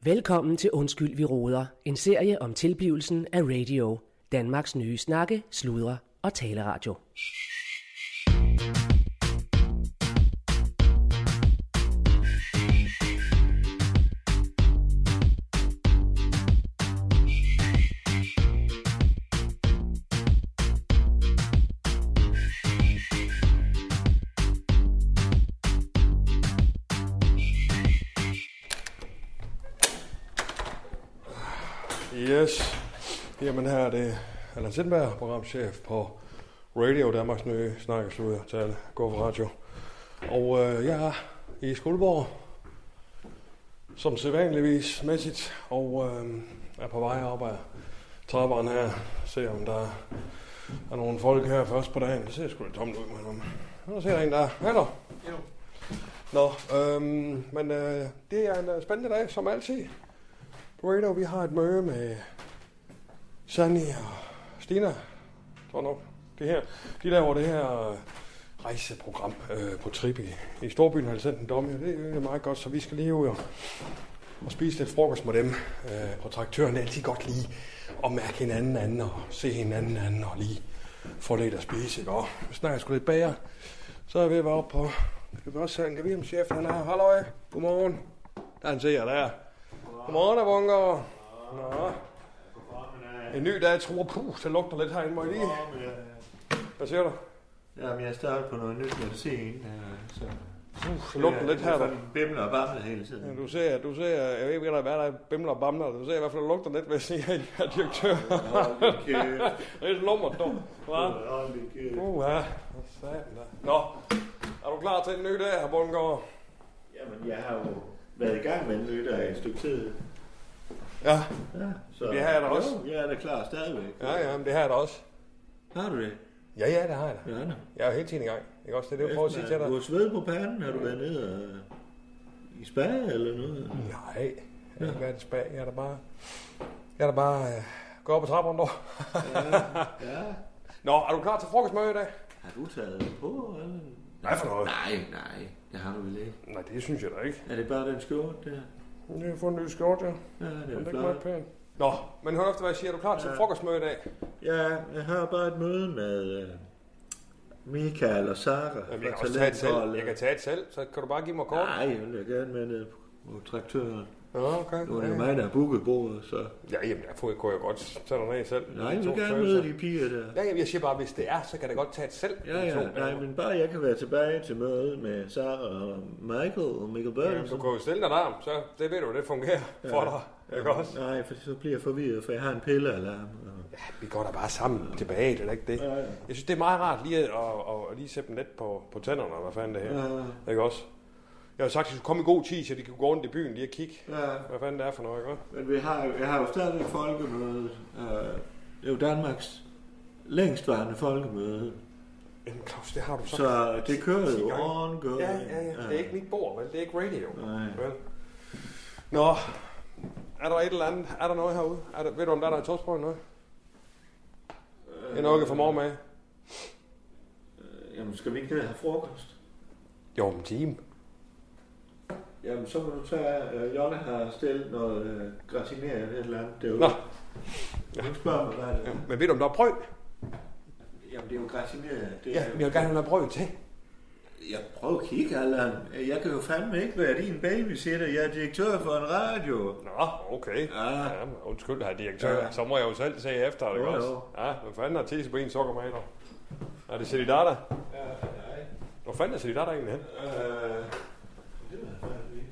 Velkommen til Undskyld, vi råder. En serie om tilblivelsen af radio. Danmarks nye snakke, sludre og taleradio. Yes. Jamen her er det Allan Sindberg, programchef på Radio, Danmarks nye snakkesluder til Gå for Radio. Og jeg er i Skuldborg, som sædvanligvis mæssigt, og er på vej op ad trapperne her. Se om der er nogle folk her først på dagen. Det ser sgu lidt tomt ud, men nu ser der en der. Hallo. Nå, men det er en spændende dag, som altid. På Radio, vi har et møde med Sanni og Stina, tror nok. De laver det her rejseprogram på trip i Storbyen, har de sendt en dom. Det er meget godt, så vi skal lige ud og spise lidt frokost med dem på traktøren. Det er altid godt lige at mærke hinanden anden og se hinanden anden og lige få lidt at spise. Ikke? Og hvis jeg skulle lidt bager, så er jeg ved at være oppe på. Skal vi også sige, kan vi om chefen han er. Halløj, godmorgen. Der han ser der. Godmorgen, Bunker. Nå. En ny dag, tror så lugter lidt herinde, må jeg lige. Hvad siger du? Jamen, jeg starter på noget nyt medicin, så lugter lidt her. Der bimler og bamler hele tiden. Ja, du ser, jeg ved ikke, hvad der er, bimler og bamler. Du ser i hvert fald, der lugter lidt, hvis jeg er direktør. Det er et lummert, dog. Ja. Nå, er du klar til en ny dag, her Bunker? Jamen, jeg har jo været i gang med en ny dag i et stykke tid. Ja, så det har jeg da også. Jo, jeg er da klar stadigvæk. Ja, men det har jeg da også. Har du det? Ja, det har jeg da. Ja, jeg er jo hele tiden i gang. Ikke også? Det er det, jeg prøver at sige til dig. Du har sved på panden? Har du været nede i spa eller noget? Nej, jeg har ikke været i spa. Jeg er da bare gå op ad trapperne dog. Ja. Nå, er du klar til frokostmøde i dag? Har du taget på, eller? Nej, for noget. Nej, det har du vel ikke. Nej, det synes jeg da ikke. Er det bare den skjort der? Jeg har fået en ny skjort, ja. Ja, det er flot. Nå, men hør efter, hvad jeg siger. Er du klar til frokostmøde i dag? Ja, jeg har bare et møde med Michael og Sara. Jamen, jeg kan også tage et selv. Jeg kan tage et selv, så kan du bare give mig kort. Nej, jeg vil gerne med ned på traktøren. Ja, okay. Nu er det jo mig, der har booket bordet, så... Ja, jamen, jeg kunne jo godt tage dig ned selv. Nej, jeg vil gerne møde de piger der. Ja, jeg siger bare, hvis det er, så kan det godt tage et selv. Ja, nej, men bare jeg kan være tilbage til mødet med Sara og Michael Bertelsen. Ja, du kan jo stille dig der, så det ved du, det fungerer for dig. Ikke også? Nej, for så bliver jeg forvirret, for jeg har en pillealarm. Ja, vi går da bare sammen tilbage, det er ikke det. Ja. Jeg synes, det er meget rart lige at lige sætte dem lidt på tænderne, hvad fanden det her. Ja. Ikke også? Jeg har sagt, at de skulle komme i god tid, så de kunne gå rundt i byen lige og kigge, hvad fanden det er for noget, ikke? Men jeg har jo stadig folkemøde. Det er jo Danmarks længstvarende folkemøde. Jamen Claus, det har du sagt. Så det kører jo ongoing. Ja. Det er ikke mit bord, vel? Det er ikke radio. Nej. Vel? Nå, er der et eller andet? Er der noget herude? Ved du, om der er et togsprøve noget? Det er noget, jeg får mor med. Jamen, skal vi ikke have frokost? Jo, en time. Jamen, så må du tage... Jonna har stillet noget gratineret et eller andet. Det er jo... Nå. Hun spørger mig, hvad er det? Ja, men ved du, om der er brød? Jamen, det er jo gratineret. Ja, men jeg vil gerne have noget brød til. Jeg prøver at kigge, Allan. Jeg kan jo fandme ikke være din babysitter. Jeg er direktør for en radio. Nå, okay. Ja, undskyld, her direktør. Ja. Så må jeg jo selv se efter det også. Ja, hvad fanden har tisse på en sukkermaler? Er det Selidata? Ja, nej. Hvor fanden er Selidata egentlig hen? Det ved jeg faktisk ikke.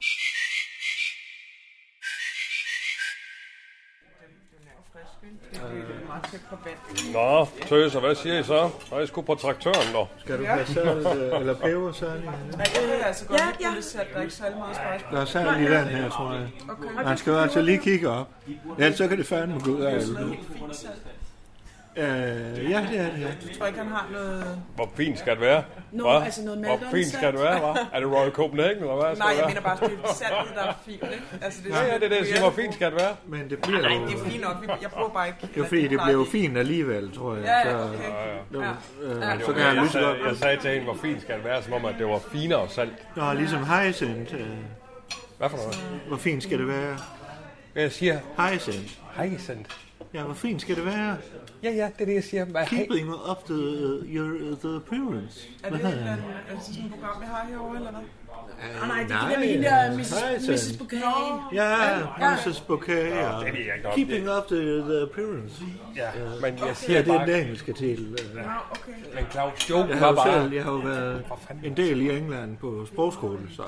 Nå, tøser, hvad siger I så? Så jeg sgu på traktøren, dog. Skal du have salt eller peber, Sally? Nej, jeg vil altså godt have lidt salt. Der er ikke særlig meget spice på. Der er salt i den her, tror jeg. Okay. Man skal jo altså lige kigge op. Ellers så kan det fandme gå ud af. Ja, det er det, ja. Du tror ikke, han har noget... Hvor fint skal det være? Altså noget malt. Hvor fint skal det være, hva'? Er det Royal Copenhagen, eller hvad? Nej, jeg mener bare, at det er saltet, der er fint, ikke? Altså, det er ja, det er det, jeg siger, hvor fint skal det være? Men det bliver jo... Nej, det er fint nok. Jeg prøver bare ikke... Det er fordi, det bliver jo fint alligevel, tror jeg. Ja, okay. Så kan jeg lyse godt. Jeg sagde til hende, hvor fint skal det være, som om, at det var finere salt. Nå, ligesom Hyacinth. Hvad for noget? Hvor fint skal det være? Jeg siger... Hyacinth. Hyacinth. Ja, hvor fint skal det være? Ja, det er det, jeg siger. Keeping up the appearance. Er det sådan et program, jeg har herovre, eller hvad? Nej, det er med hende der Mrs. Bouquet. Ja, Mrs. Bouquet. Keeping up the appearance. Ja, men jeg siger det er den engelske titel. Okay. Men Claus, joken var bare... Jeg har jo været en del i England på sprogskole, så...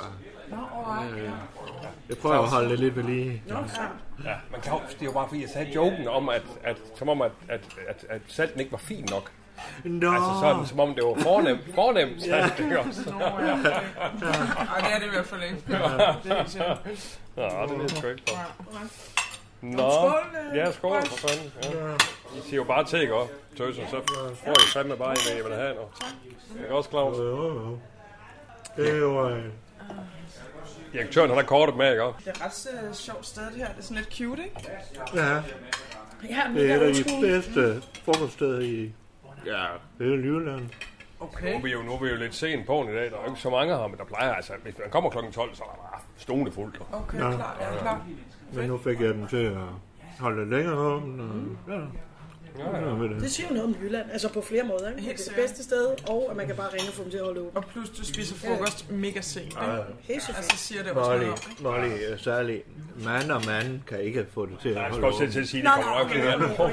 Jeg prøver at holde det lidt ved lige. Ja, men Claus, det er jo bare fordi, jeg sagde joken om, at salten ikke var fin nok. No. Altså sådan, som om det var fornemt salt, ikke også? Ja, det er det i hvert fald ikke. Det er ikke sjovt. Ja, det er sgu ikke for. Nå, ja, skål for fanden. Ja. I siger jo bare te, ikke også, tøser, så får I fandme bare en, jeg vil have nu. Ikke også, Claus? Det er jo... Direktøren, han har kortet med, ikke også? Det er ret sjovt sted, det her. Det er sådan lidt cute, ikke? Ja. Det er et af de bedste frokoststeder i hele Jylland. Okay. Nu er vi jo lidt sent på i dag. Der er jo ikke så mange her, men der plejer altså... Hvis man kommer klokken 12, så er der bare stående fuldt. Okay, klar. Men nu fik jeg dem til at holde lidt længere åben. Det siger jo noget om Jylland, altså på flere måder. Ikke? Det er det bedste sted, og at man kan bare ringe og få dem til at holde åben. Og plus du spiser frokost mega sent, ikke? Altså siger det også noget. Molly, særligt mand og mand kan ikke få det til at holde åben. Jeg skal også til at sige, at det kommer nok lidt andet på.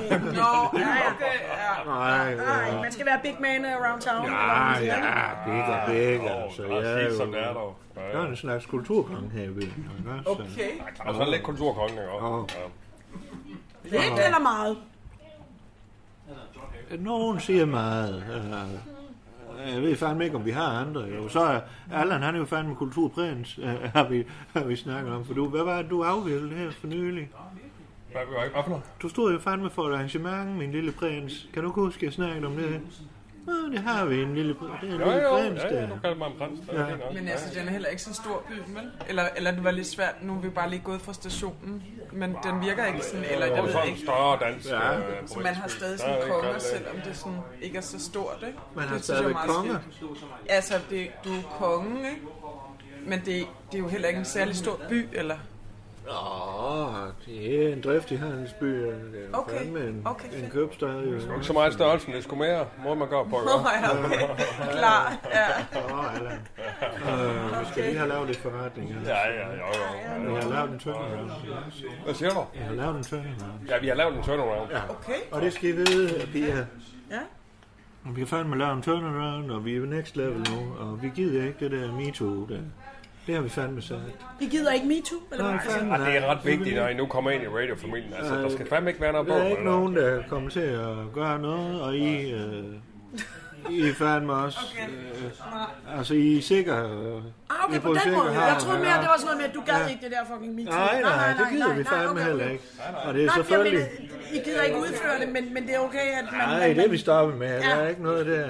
Nej, man skal være big man around town. Big, altså. Jeg er som det er dog. Der er en slags kulturkonge her i byen. Okay. Og sådan lidt kulturkonge, ikke også? Lidt eller meget? Nogen siger meget. Jeg ved fandme ikke, om vi har andre. Jo. Så er Allan, han er jo fandme kulturprins, har vi snakket om. For hvad var det, du afvildede her for nylig? Hvad for noget? Du stod jo fandme for et arrangement, min lille prins. Kan du huske, at jeg snakkede om det? Det har vi en lille prins. Det er en lille prins der. Nu kalder man en prins. Men altså, den er heller ikke så stor by, vel? Eller det var lidt svært. Nu er vi bare lige gået fra stationen. Men den virker ikke sådan, eller jeg ved ikke. Større dansk. Så man har stadig sådan konger, selvom det sådan ikke er så stort, ikke? Man har stadig konger? Altså, du er kongen, ikke? Men det er jo heller ikke en særlig stor by, eller? Det er en driftig handelsby. Det er fandme en købstad. Det er ikke så meget størrelsen, det er sgu mere måde man gør på. Okay, klar, ja. Vi skal lige have lavet lidt forretning. Ja. Vi har lavet en turnaround. Hvad siger du? Vi har lavet en turnaround. Ja, vi har lavet en turnaround. Okay. Og det skal I vide, Pia. Ja. Vi har fandme lavet en turnaround, og vi er next level nu. Og vi gider ikke det der MeToo der. Det har vi fandme sagt. Vi gider ikke MeToo, eller hvad? Det er ret vigtigt, når I nu kommer ind i radiofamilien. Altså, der skal fandme ikke være noget på. Der er ikke nogen, der kommer til at gøre noget, og I er fandme også. Altså, I er sikre. Okay, på den måde. Jeg troede mere, det var sådan noget med, at du gad ikke det der fucking MeToo. Nej, det gider vi fandme heller ikke. Og det er selvfølgelig... I gider ikke udføre det, men det er okay, at man... Nej, det er vi stoppet med. Der er ikke noget der.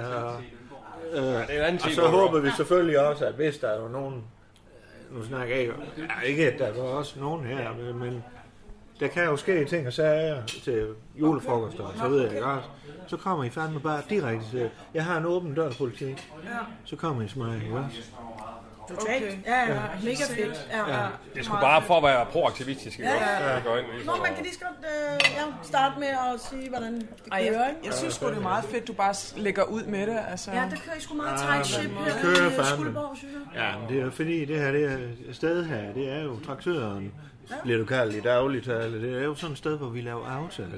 Og så håber vi selvfølgelig også, at hvis der er nogen... Nu snakker jeg ikke, at der var også nogen her, men der kan jo ske ting og sager til julefrokoster, så ved jeg ikke også. Så kommer I fandme bare direkte til, jeg har en åben dør-politik, så kommer I til mig, ikke også? Totalt. Ja, mega fedt. Det skulle bare for at være proaktivistisk, ikke også? Man kan lige så godt starte med at sige, hvordan det kører, ikke? Jeg synes sgu, det er meget fedt, du bare lægger ud med det, altså. Ja, der kører I sgu meget tight ship her i Skuldborg, synes jeg. Ja, men det er jo fordi, det her sted her, det er jo traktøren, bliver du kaldt i dagligtale. Det er jo sådan et sted, hvor vi laver aftaler.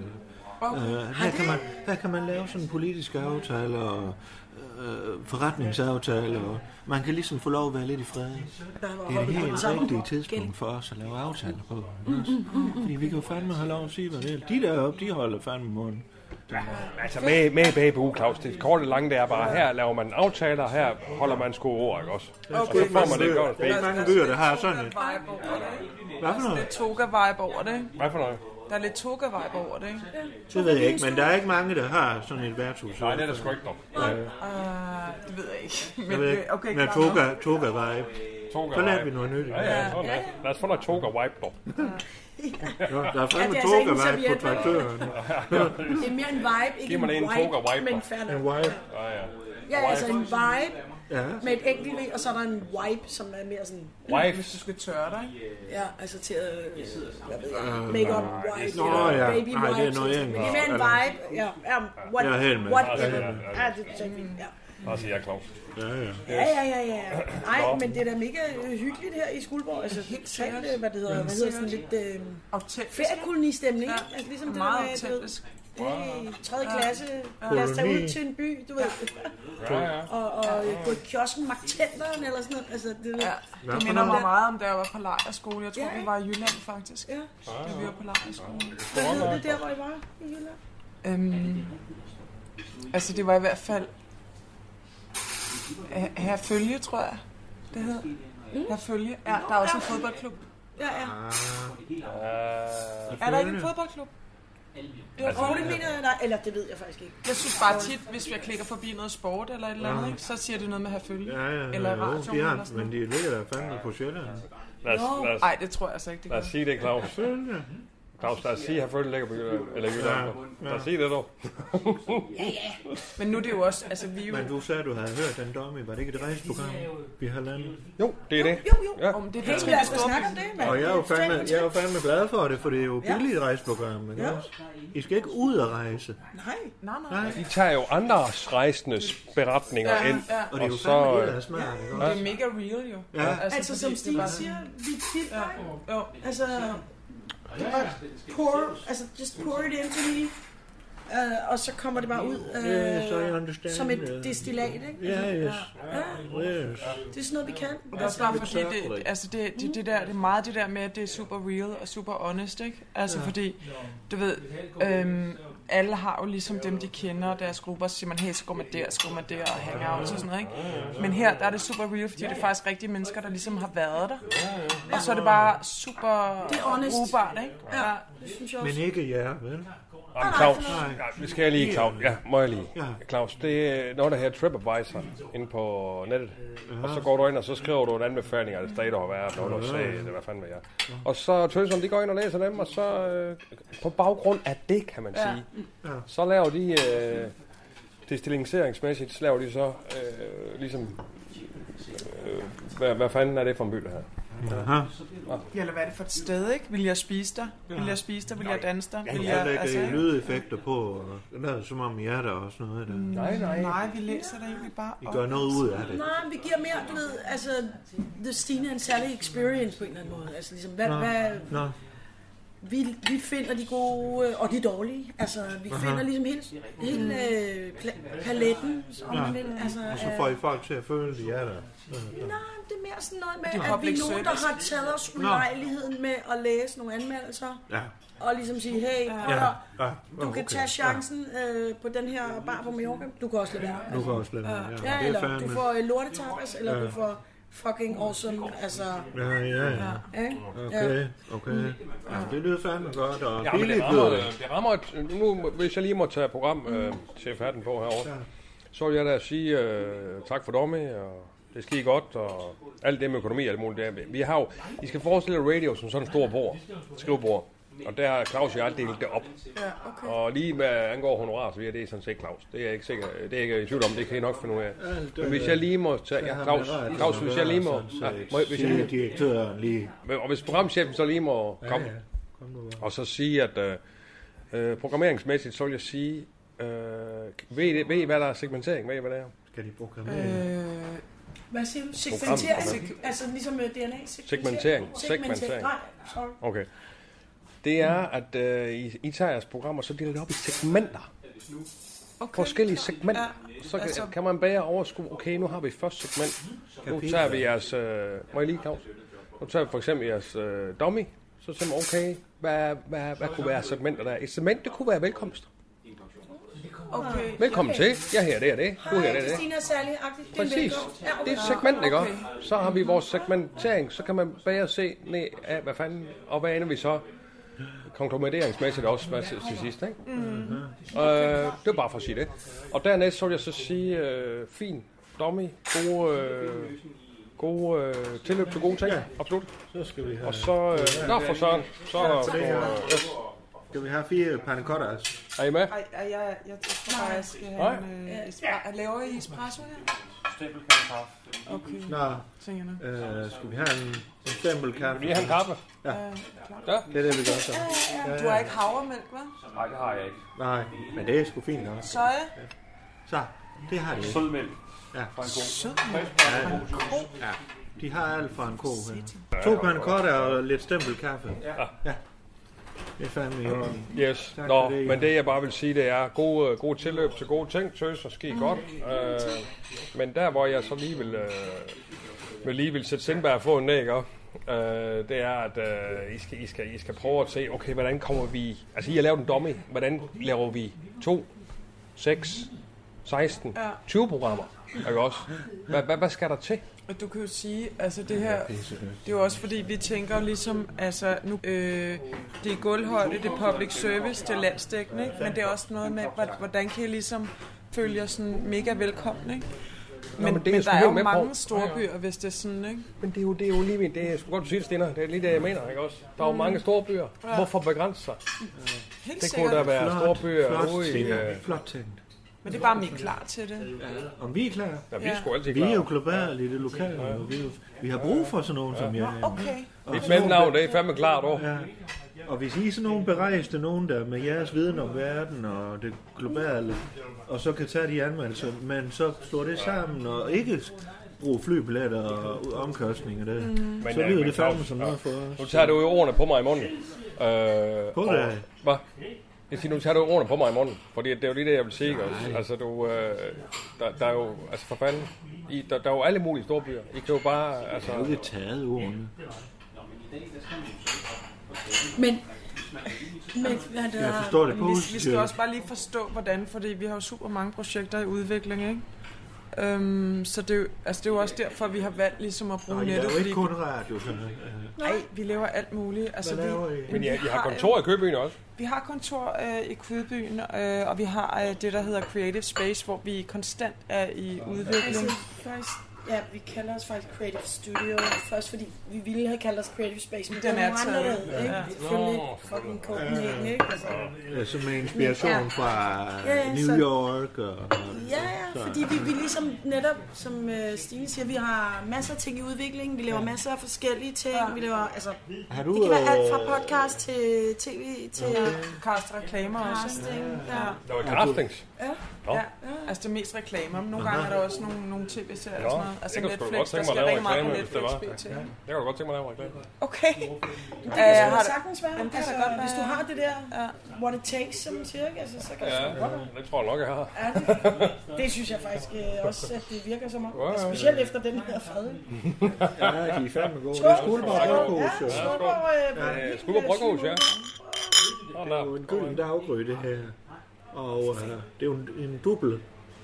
Her kan man lave sådan en politisk aftale og forretningsaftale, og man kan ligesom få lov at være lidt i fred. Det er et helt rigtigt tidspunkt for os at lave aftaler på. Fordi vi kan jo fandme have lov at sige, hvad det er. De deroppe, de holder fandme munden. Ja, altså med BBU, Claus, det korte lange, det er bare, her laver man aftaler, her holder man sgu ord, ikke også? Okay, og så får man det godt. Det er ikke mange byer, der har sådan et... Hvad for noget? Det er toga-vibe over det, ikke? Hvad for noget? Der er lidt toga-vibe over det, ikke? Det ved jeg ikke, men der er ikke mange, der har sådan et værtshus. Nej, det er der sgu ikke nok. Det ved jeg ikke. Men, okay, men toga-vibe. Så lader vi noget nyt. Ja. Lad os få noget toga-vibe, dog. Der er fandme toga-vibe på traktøren. Det er mere en vibe, ikke en vibe, men færdig. En vibe. Ja, altså en vibe med et enkelt V, og så er der en wipe, som er mere sådan... Wipe? Hvis du skal tørre dig. Ja, altså til at... make-up wipe, baby wipe. Nej, det er noget engelsk. Men det er mere en vibe. Ja, whatever. Ja, det er så fint, ja. Bare sige, jeg er Claus. Ja. Nej, men det er da mega hyggeligt her i Skuldborg. Altså helt talt, hvad hedder sådan lidt feriekoloni-stemning. Ja, altså ligesom det meget der med, autentisk. Hey, 3. klasse, lad os tage ud til en by, du ved. Og gå i kiosken Magtenderen eller sådan noget. Altså, det minder mig meget om, da jeg var på lejrskole. Jeg tror, vi var i Jylland faktisk. Ja. Da vi var på lejrskole. Hvad hedder det der, hvor I var i Jylland? Altså, det var i hvert fald Herfølge, tror jeg, det hedder. Herfølge. Ja, der er også en fodboldklub. Ja. Er der ikke en fodboldklub? Eller det ved jeg faktisk ikke. Jeg synes bare tit, hvis jeg klikker forbi noget sport eller et eller andet, ikke, så siger det noget med herfølge. Eller radio eller sådan. Men de ligger der fandme på Sjælland. Nej, det tror jeg så ikke, det lad os sige det, Claus. Claus, lad os sige, at herfølge ligger på Jylland. Eller Jylland. Lad os sige det dog. Ja. Men nu er det jo også, altså vi jo... Men du sagde, du havde hørt den Dummy. Var det ikke et rejseprogram, vi har landet? Jo, det er det. Jo. Ja. Om det er Hey, lad os snakke om det, mand. Og jeg er jo fandme glad for det, for det er jo billigt rejseprogram. Ikke også? I skal ikke ud og rejse. Nej. I tager jo andres rejsendes beretninger ind. Og det er jo fandme helt af smag. Det er mega real jo. Ja. Altså som Stine siger, vi kigger. Jo. Altså... just pour it into me. Og så kommer det bare ud som et destillat, ikke? Yes. Det er sådan noget, vi kan. Det er også bare fordi, det er meget det der med, at det er super real og super honest, ikke? Altså fordi, du ved, alle har jo ligesom dem, de kender, deres grupper, så siger man, hey, så går man der og hangout og sådan noget, ikke? Men her, der er det super real, fordi det er faktisk rigtige mennesker, der ligesom har været der. Og så er det bare super brugbart, ikke? Ja, det synes jeg også. Men ikke jer, vel? Claus, det skal jeg lige, Claus. Ja, må jeg lige. Claus, det er noget, der her TripAdvisor inde på nettet. Og så går du ind, og så skriver du en anbefaling af det sted, der har været, noget du sagde, det hvad fanden vil jeg. Og så tøser de går ind og læser dem, og så på baggrund af det, kan man sige, så laver de destillingseringsmæssigt, så laver de så ligesom, hvad fanden er det for en by, det her? Aha. Ja, eller hvad er det for et sted, ikke? Vil jeg spise dig? Vil jeg spise dig? Vil jeg danse dig? Vil jeg lægge lydeffekter på, som om I er der og sådan noget der. Nej, vi læser det egentlig bare. I gør noget ud af det. Nej, vi giver mere, du ved, altså, The Stine en særlig experience på en eller anden måde. Altså ligesom, hvad vi finder de gode og de dårlige. Altså, vi finder ligesom hele paletten, om man vil. Altså, og så får I folk til at føle, at de er der. Nej, det er mere sådan noget med, at vi er nogen, der har taget os ulejligheden med at læse nogle anmeldelser. Ja. Og ligesom sige, hey, du kan tage chancen på den her bar på Mallorca. Du kan også lade være. Du kan også lade være, ja. Eller du får lortetapas, eller du får fucking awesome, altså... Ja. Okay. Ja, det lyder fandme godt, og billigt det rammer nu, hvis jeg lige må tage programchef-hatten på herovre, så vil jeg da sige tak for Dummy, og det skal I godt, og alt det med økonomi og alt muligt. Vi har jo, I skal forestille radio som sådan en stor skrivebord. Og der har Claus og jeg delt det op. Ja, okay. Og lige hvad angår honorar, så det er sådan set Claus. Det er jeg ikke sikker. Det er ikke i tvivl om, det kan I nok finde ud af. Men hvis jeg lige må tage... Ja, Claus, hvis jeg lige må... Hvis jeg lige... Og hvis programchefen så lige må komme. Og så sige, at programmeringsmæssigt, så vil jeg sige... ved I, hvad der er segmentering? Ved I, hvad det er? Skal de programmere? Hvad siger du? Segmentering? Altså ligesom DNA? Segmentering. Nej, sorry. Okay. Det er, at I tager jeres programmer, så deler det op i segmenter. Okay. Forskellige segmenter. Så kan man bedre overskue, okay, nu har vi første segment. Nu tager vi jeres... må jeg lige, Claus? Nu tager vi for eksempel jeres Dummy. Så siger man, okay, hvad kunne være segmenter der? Et segment, det kunne være velkomst. Okay. Velkommen til. Jeg her det er det. Du her det er det. Christina er særlig-agtigt. Præcis. Det er et segment, ikke? Så har vi vores segmentering, så kan man bedre se ned af, hvad fanden, og hvad ender vi så konglomeringsmæssigt også til sidst, ikke? Det var bare for at sige det. Og dernæst så vil jeg så sige, fin, Dummy, gode tilløb til gode ting. Ja. Absolut. Så skal vi have... Og så, for Søren, så er der... Skal vi have 4 panna cottas? Er I med? Jeg tror bare, jeg skal have en espresso. Laver I espresso her? Stempelkaffe. Okay. Nå, skal vi have en stempelkaffe? Vi har en kaffe. Ja. Ja. Det er det, vi gør så. Du har ikke havremælk, hva'? Nej, det har jeg ikke. Nej, men det er sgu fint nok. Soja? Så, det har de ikke. Sødmælk. Ja. Fra en ko. Sødmælk? Ja, de har alt fra en ko her. 2 panna cotta og lidt stempelkaffe. Ja. Det er fandme i orden. Yes. Nå, men det jeg bare vil sige, det er gode tilløb til gode ting, tøs og ski godt. Men der, hvor jeg så lige vil sætte Sindberg på en næg op, det er, at I skal prøve at se, okay, hvordan kommer vi... Altså, I har lavet en dummy. Hvordan laver vi 2, 6, 16, 20 programmer? Ikke også? Hvad skal der til? Og du kan jo sige, altså det her, det er jo også fordi, vi tænker ligesom, altså nu, det er gulvhøjde, det er public service, det er landsdækkende, ikke? Men det er også noget med, hvordan kan I ligesom føle jer sådan mega velkomne, ikke? Men der er jo mange store byer, hvis det er sådan, ikke? Men det er jo lige, det er sgu godt, du siger det, Stina. Det er lige det, jeg mener, ikke også? Der er jo mange store byer. Hvorfor begrænse sig? Det kunne der være store byer ude i... Flot tænkt. Men det er bare, om I er klar til det. Ja. Om vi er klar? Ja, vi er sgu altid klar. Vi er jo globale i det lokale. Ja. Vi har brug for sådan nogen som jeg. Okay. Mit mellemnavn, det er fandme klart, dog. Ja. Og hvis I er sådan nogen berejste, nogen der med jeres viden om verden og det globale, og så kan tage de anmeldelser, men så slår det sammen og ikke bruge flybilletter og omkostninger der. Så lyder det fandme som noget for os. Nu tager du jo ordene på mig i munden. På det? Hvad? Jeg siger, nu tager du ordene på mig i munden, fordi det er jo lige det, jeg vil sige. Altså, der er jo, altså for fanden, der er jo alle mulige store byer. I kan jo bare, altså... Jeg har jo ikke taget ordene. Men jeg forstår det positivt. Vi skal også bare lige forstå, hvordan, fordi vi har jo super mange projekter i udvikling, ikke? Så det er jo også derfor, vi har valgt ligesom at bruge nettet. Det er jo ikke kun radio. Nej, vi laver alt muligt. Altså, men I har kontor i Kødbyen også? Vi har kontor i Kødbyen, og vi har det, der hedder Creative Space, hvor vi konstant er i udvikling. Ja, vi kalder os faktisk Creative Studio. Først fordi vi ville have kaldt os Creative Space, men den er taget, ikke? Selvfølgelig fucking Copenhagen, ikke? Altså, som inspiration fra New York. Fordi vi ligesom netop, som Stine siger, vi har masser af ting i udviklingen. Vi laver masser af forskellige ting. Vi laver, altså, det kan være alt fra podcast til tv til... Cast reklamer også. Der var castings? Ja, altså det er mest reklamer, men nogle gange er der også nogle tv-serier og sådan noget. Altså Netflix, der skal rigtig meget på Netflix til. Det kan du godt tænke mig at lave reklame. Okay. Det kan sagtens være. Altså, hvis du har det der, what it takes, som man siger, altså, så kan det godt være. Det tror jeg nok, jeg har. Det synes jeg faktisk også, at det virker som om. Specielt efter den her fred. Ja, de er fandme gode. Det er Skuldborg Bryghus. Skuldborg Bryghus, ja. Det er jo en gylden daggry, det her. Og det er jo en dubbel.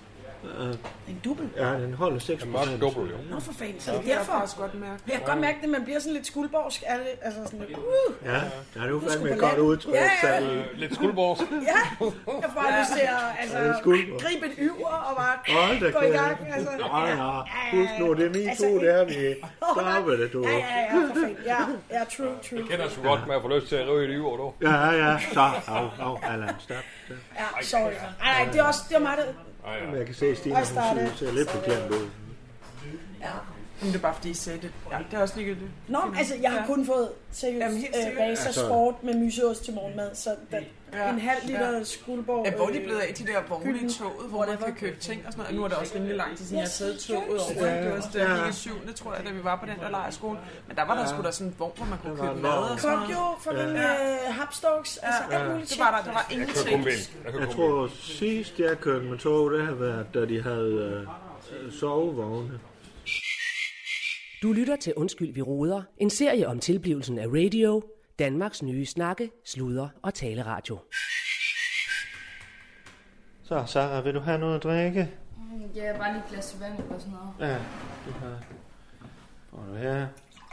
En dubbel? Ja, den holder 6%. En mørk dubbel, jo. Nå, for fanden. Så det er derfor. Jeg kan godt mærke det, man bliver sådan lidt skuldborgsk. Altså sådan lidt, Ja, der er jo fandme et godt udtryk. Lidt skuldborgsk. Ja, jeg får bare lyst til at gribe et yver og bare gå i gang. Husk nu, det er min to, det er vi stoppet det, du. Ja, for fanden. Ja, true. Jeg kender så godt med at få lyst til at rive et yver, du. Ja, så. Allan, stop. Ja, sorry. Nej, det er mig, der... Men jeg kan se, at Stine ser lidt beklemt ud. Ja. Men det er bare fordi, I sagde det. Ja, det er også ligegyldigt. Nå, altså, jeg har kun fået seriøst racersport med myseost til morgenmad, så en halv liter Skuldborg... Hvor er de blevet af de der vogne i toget, hvor man kan købe ting og sådan noget? Nu er det også rimelig lang tid siden, jeg har taget toget over. Det var også der gik i 7. tror jeg, da vi var på den der lejerskole. Men der var der sgu da sådan en vogn, hvor man kunne købe mad og sådan noget. Kom jo for den Hapstocks, altså alt muligt ting. Der var ingenting. Jeg tror sidst jeg kørte med tog, det har været, da de havde sovevogne. Du lytter til Undskyld, vi roder, en serie om tilblivelsen af radio, Danmarks nye snakke, sludre og taleradio. Så, Sarah, vil du have noget at drikke? Ja, bare lige et glas vand eller sådan noget. Ja, det har du her.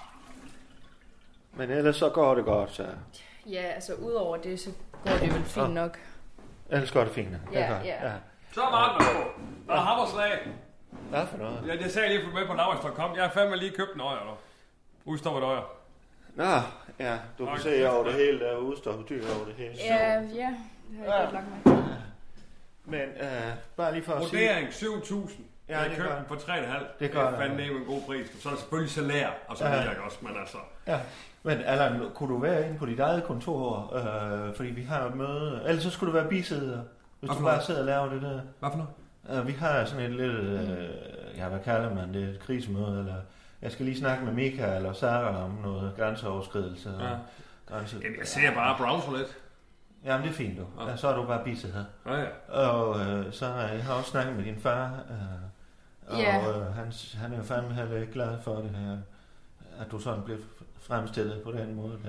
Men ellers så går det godt, så. Ja, altså udover det, så går det vel fint nok. Ellers går det fint nok. Ja. Så er Marken på. Der er hammerslag. Hvad for noget? Ja, det sagde jeg lige med på Navs.com. Jeg har fandme lige købt en øjer, nu. Udstopper et øjer. Nå, ja, du kan se over det hele, der er udstoppet dyr over det hele. Ja, det har jeg godt lagt mig. Men bare lige for at sige... Vurdering 7.000. Ja, jeg købte den for 3,5. Det er fandme en god pris. Så er det selvfølgelig salær, og så videre også, men altså... Ja, men Allan, kunne du være inde på dit eget kontor? Fordi vi har et møde... Ellers så skulle du være bisæder, hvis du bare sidder og laver det der. Hvad for noget? Vi har sådan et lidt... hvad kalder man det? Et krisemøde, eller... Jeg skal lige snakke med Michael og Sarah om noget grænseoverskridelse. Ja. Jamen, jeg ser bare browser lidt. Jamen, det er fint, du. Ja. Så er du bare bisset her. Ja. Og så jeg har også snakket med din far, og han er jo fandme heller ikke glad for det her, at du sådan blev fremstillet på den måde.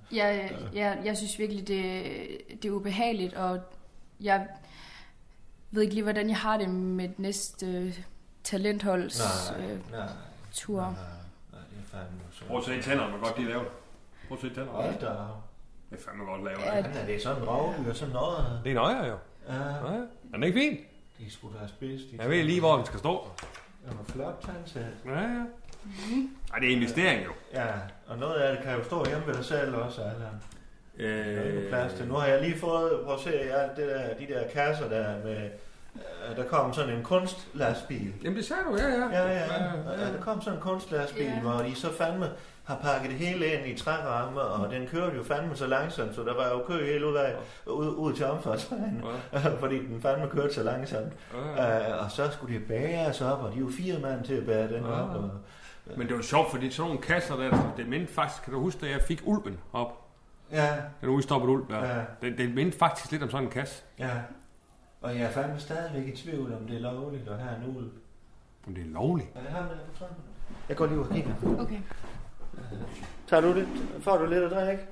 Jeg synes virkelig, det er ubehageligt, og jeg ved ikke lige, hvordan jeg har det med næste talentholds tur. Nej, det er fandme så. Prøv at se tænderne, hvor godt de laver det. Prøv at se tænderne. Det er fandme godt lavet. Ja, det er sådan en rovdyr, sådan noget. Det er en øjer, jo. Ja. Den er ikke fin. De skulle da have spidst. Jeg ved lige, hvor den skal stå. Det var flot tandsæt. Ja. Ej, det er investering, jo. Ja, og noget af det kan jo stå hjemme ved dig selv også, Allan. Nu har jeg lige fået, prøv at se, de der kasser der med... Der kom sådan en kunstlastbil. Jamen det sagde du, ja. Ja, der kom sådan en kunstlastbil, hvor de så fandme har pakket det hele ind i trærammer, og den kørte jo fandme så langsomt, så der var jo kø helt ud til omfartsvejen, fordi den fandme kørte så langsomt. Og så skulle de bæres op, og de var 4 mand til at bære den op. Men det var sjovt, fordi sådan nogle kasser der, det mindte faktisk, kan du huske, da jeg fik ulven op? Ja. Den udstoppede ulv, ja. Det mindte faktisk lidt om sådan en kasse. Ja. Og jeg er fandme stadigvæk i tvivl, om det er lovligt at have en ulv. Om det er lovligt? Ja, det har man på tøjen. Jeg går lige ud og kigger. Okay. Tager du det? Får du lidt at drikke?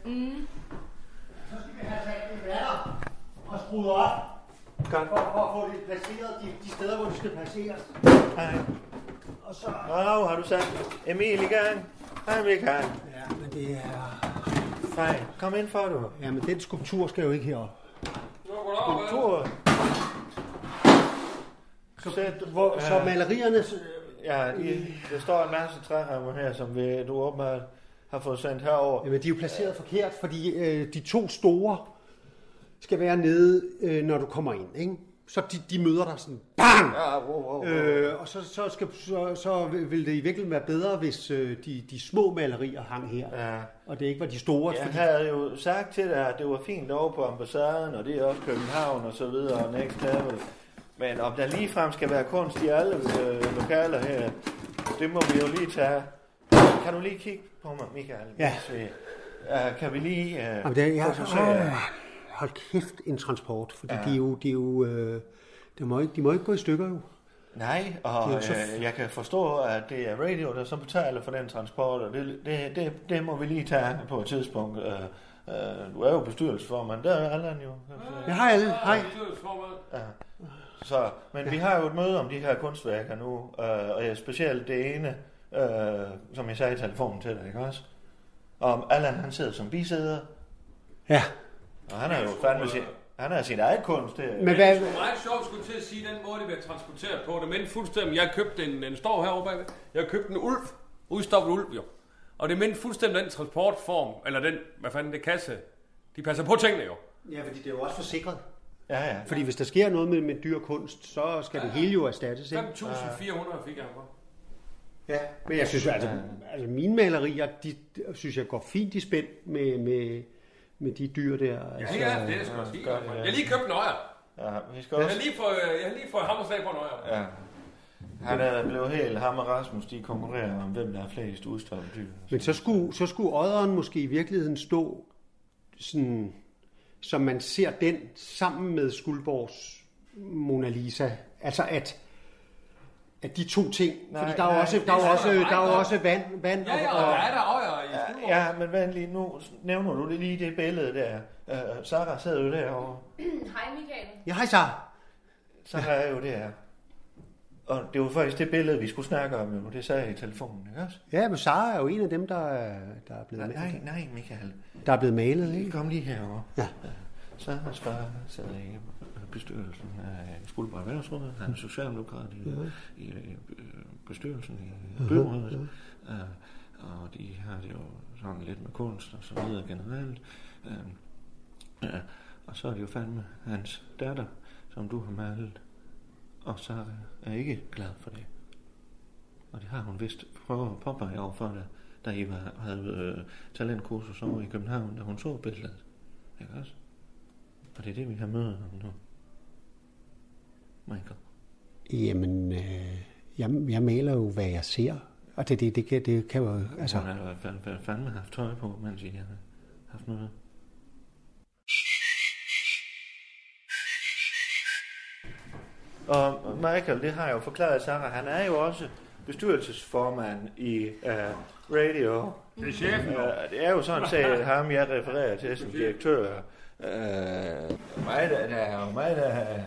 Så skal vi have sat det vatter og skruet op. For at få det placeret de steder, hvor det skal placeres. Hej. Og så... har du sat Emil i gang? Hej Michael. Ja, men det er... Fej, kom ind for du. Ja, men den skulptur skal jo ikke herop. Skulptur? Så malerierne... Ja, der står en masse træhammer her, som du åbenbart har fået sendt herover. Jamen, de er jo placeret forkert, fordi de 2 store skal være nede, når du kommer ind, ikke? Så de møder dig sådan, bang! Ja, wow. Og så vil det i virkeligheden være bedre, hvis de små malerier hang her, og det ikke var de store. Jeg havde jo sagt til dig, at det var fint over på ambassaden, og det er også København og så videre, og Next Level. Men om der ligefrem skal være kunst i alle lokaler her, det må vi jo lige tage. Kan du lige kigge på mig, Michael? Ja. Kan vi lige fokusere? Hold kæft, en transport, fordi de må ikke gå i stykker jo. Nej, og jeg kan forstå, at det er radio, der så betaler for den transport, og det må vi lige tage på et tidspunkt. Du er jo bestyrelsesformand, der er Allan jo. Ja, hej Allan, hej. Ja. Så, men vi har jo et møde om de her kunstværker nu, og specielt det ene, som jeg sagde i telefonen til dig, ikke også? Og Allan, han sidder som bisæder. Ja. Og han er jo fandme sin eget kunst. Det men hvad... Det er meget sjovt, skulle til at sige, den måde, det bliver transporteret på. Det mindte fuldstændig, jeg købte den står herovre bagved. Jeg købte en ulv, udstoppet ulv jo. Og det mindte fuldstændig den transportform, eller den, det kasse, de passer på tingene jo. Ja, fordi det er jo også forsikret. Ja. Fordi hvis der sker noget med dyr kunst, så skal det hele jo erstattes, ikke? 5.400 fik jeg herfra. Ja, men jeg synes altså mine malerier, de synes jeg går fint i spænd med de dyr der. Altså, det er sgu også fint. Jeg har lige købt en øjer. Ja, vi skal også... Jeg har lige fået hammerslag på en øjer. Ja. Han er blevet helt ham og Rasmus, de konkurrerer om, hvem der er flest udstoppede dyr. Men så skulle odderen måske i virkeligheden stå sådan, som man ser den sammen med Skuldborgs Mona Lisa. Altså at de 2 ting, fordi der er jo også vand ja, og der er der øjer i Skuldborg. Ja, men vent lige, nu nævner du lige det billede der. Sarah sidder jo derovre. Hej Michael. Ja, hej Sarah. Sarah er jo der. Og det var faktisk det billede, vi skulle snakke om, jo. Det sagde jeg i telefonen, ikke også? Ja, men Sarah er jo en af dem, der er blevet malet. Nej, Michael. Der er blevet malet, ikke? Kom lige herover. Ja. Sarahs far sidder i bestyrelsen af Skuldborg Erhvervsråd. Han er socialdemokrat i bestyrelsen i byrådet. og de har det jo sådan lidt med kunst og så videre generelt. Og så er det jo fandme hans datter, som du har malet, og så er jeg ikke glad for det. Og det har hun vist prøvet at påpege over for dig, da I havde talentkursus over i København, da hun så billedet. Ikke også? Og det er det, vi har mødet om nu. Michael. Jamen, jeg maler jo, hvad jeg ser. Og det kan jo... Altså... Hun har i hvert fald fandme haft tøj på, mens I har haft noget. Og Michael, det har jeg jo forklaret Sarah, han er jo også bestyrelsesformand i Radio. Det er chefen, det er jo sådan set ham, jeg refererer til som direktør. Mig der...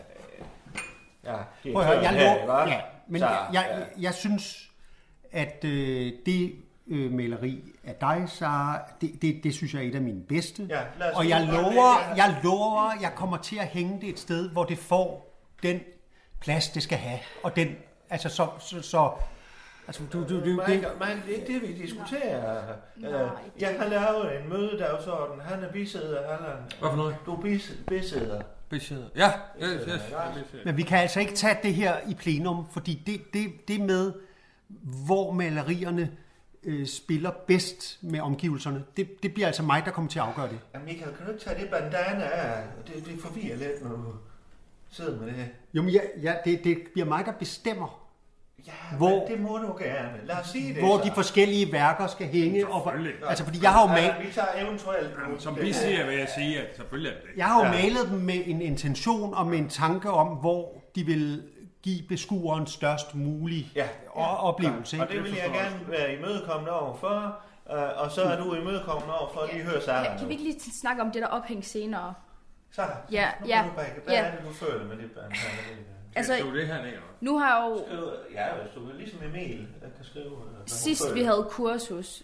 Jeg synes, at det maleri af dig, Sarah, det synes jeg er et af mine bedste. Ja, og jeg lover, jeg kommer til at hænge det et sted, hvor det får den plads, det skal have. Og den, altså så altså, det er ikke det, vi diskuterer. Jeg har lavet en mødedagsorden. Han er bisæder, Allan. Hvad for noget? Du er bisæder. Ja. Men vi kan altså ikke tage det her i plenum, fordi det med, hvor malerierne spiller bedst med omgivelserne, det bliver altså mig, der kommer til at afgøre det. Ja, Michael, kan du ikke tage det bandana af? Det forvirrer lidt, når du sidder med det her. Jo, men det bliver mig, der bestemmer. Ja, hvor, det må du gerne. Lad os sige det. Hvor de forskellige værker skal hænge. Altså, fordi jeg har jo malet... Vi tager eventuelt... Som vi siger, vil jeg sige, at selvfølgelig er det. Jeg har jo malet dem med en intention og med en tanke om, hvor de vil give beskueren størst mulig oplevelse. Og det vil jeg gerne være imødekommende overfor. Og så er du imødekommende overfor at lige høre Sarah. Kan vi ikke lige snakke om det der ophæng senere? Sarah, hvad er det, du føler med det band her? Altså, det her ned, nu har jeg jo... Ja, hvis du vil ligesom Emil, der kan skrive... Sidst vi havde kursus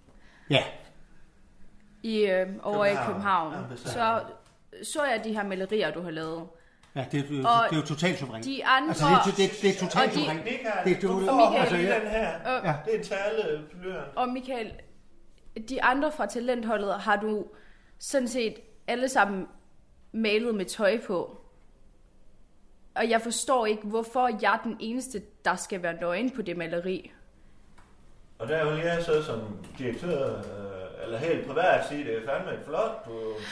over i København, så jeg de her malerier, du har lavet. Ja, det er jo totalt suverænt. De andre... Altså, det er totalt suverænt. Det er en tale. Og Michael, de andre fra talentholdet har du sådan set alle sammen malet med tøj på. Og jeg forstår ikke, hvorfor jeg er den eneste, der skal være nøgen på det maleri. Og der vil jeg så som direktør, eller helt privat sige, det er fandme et flot.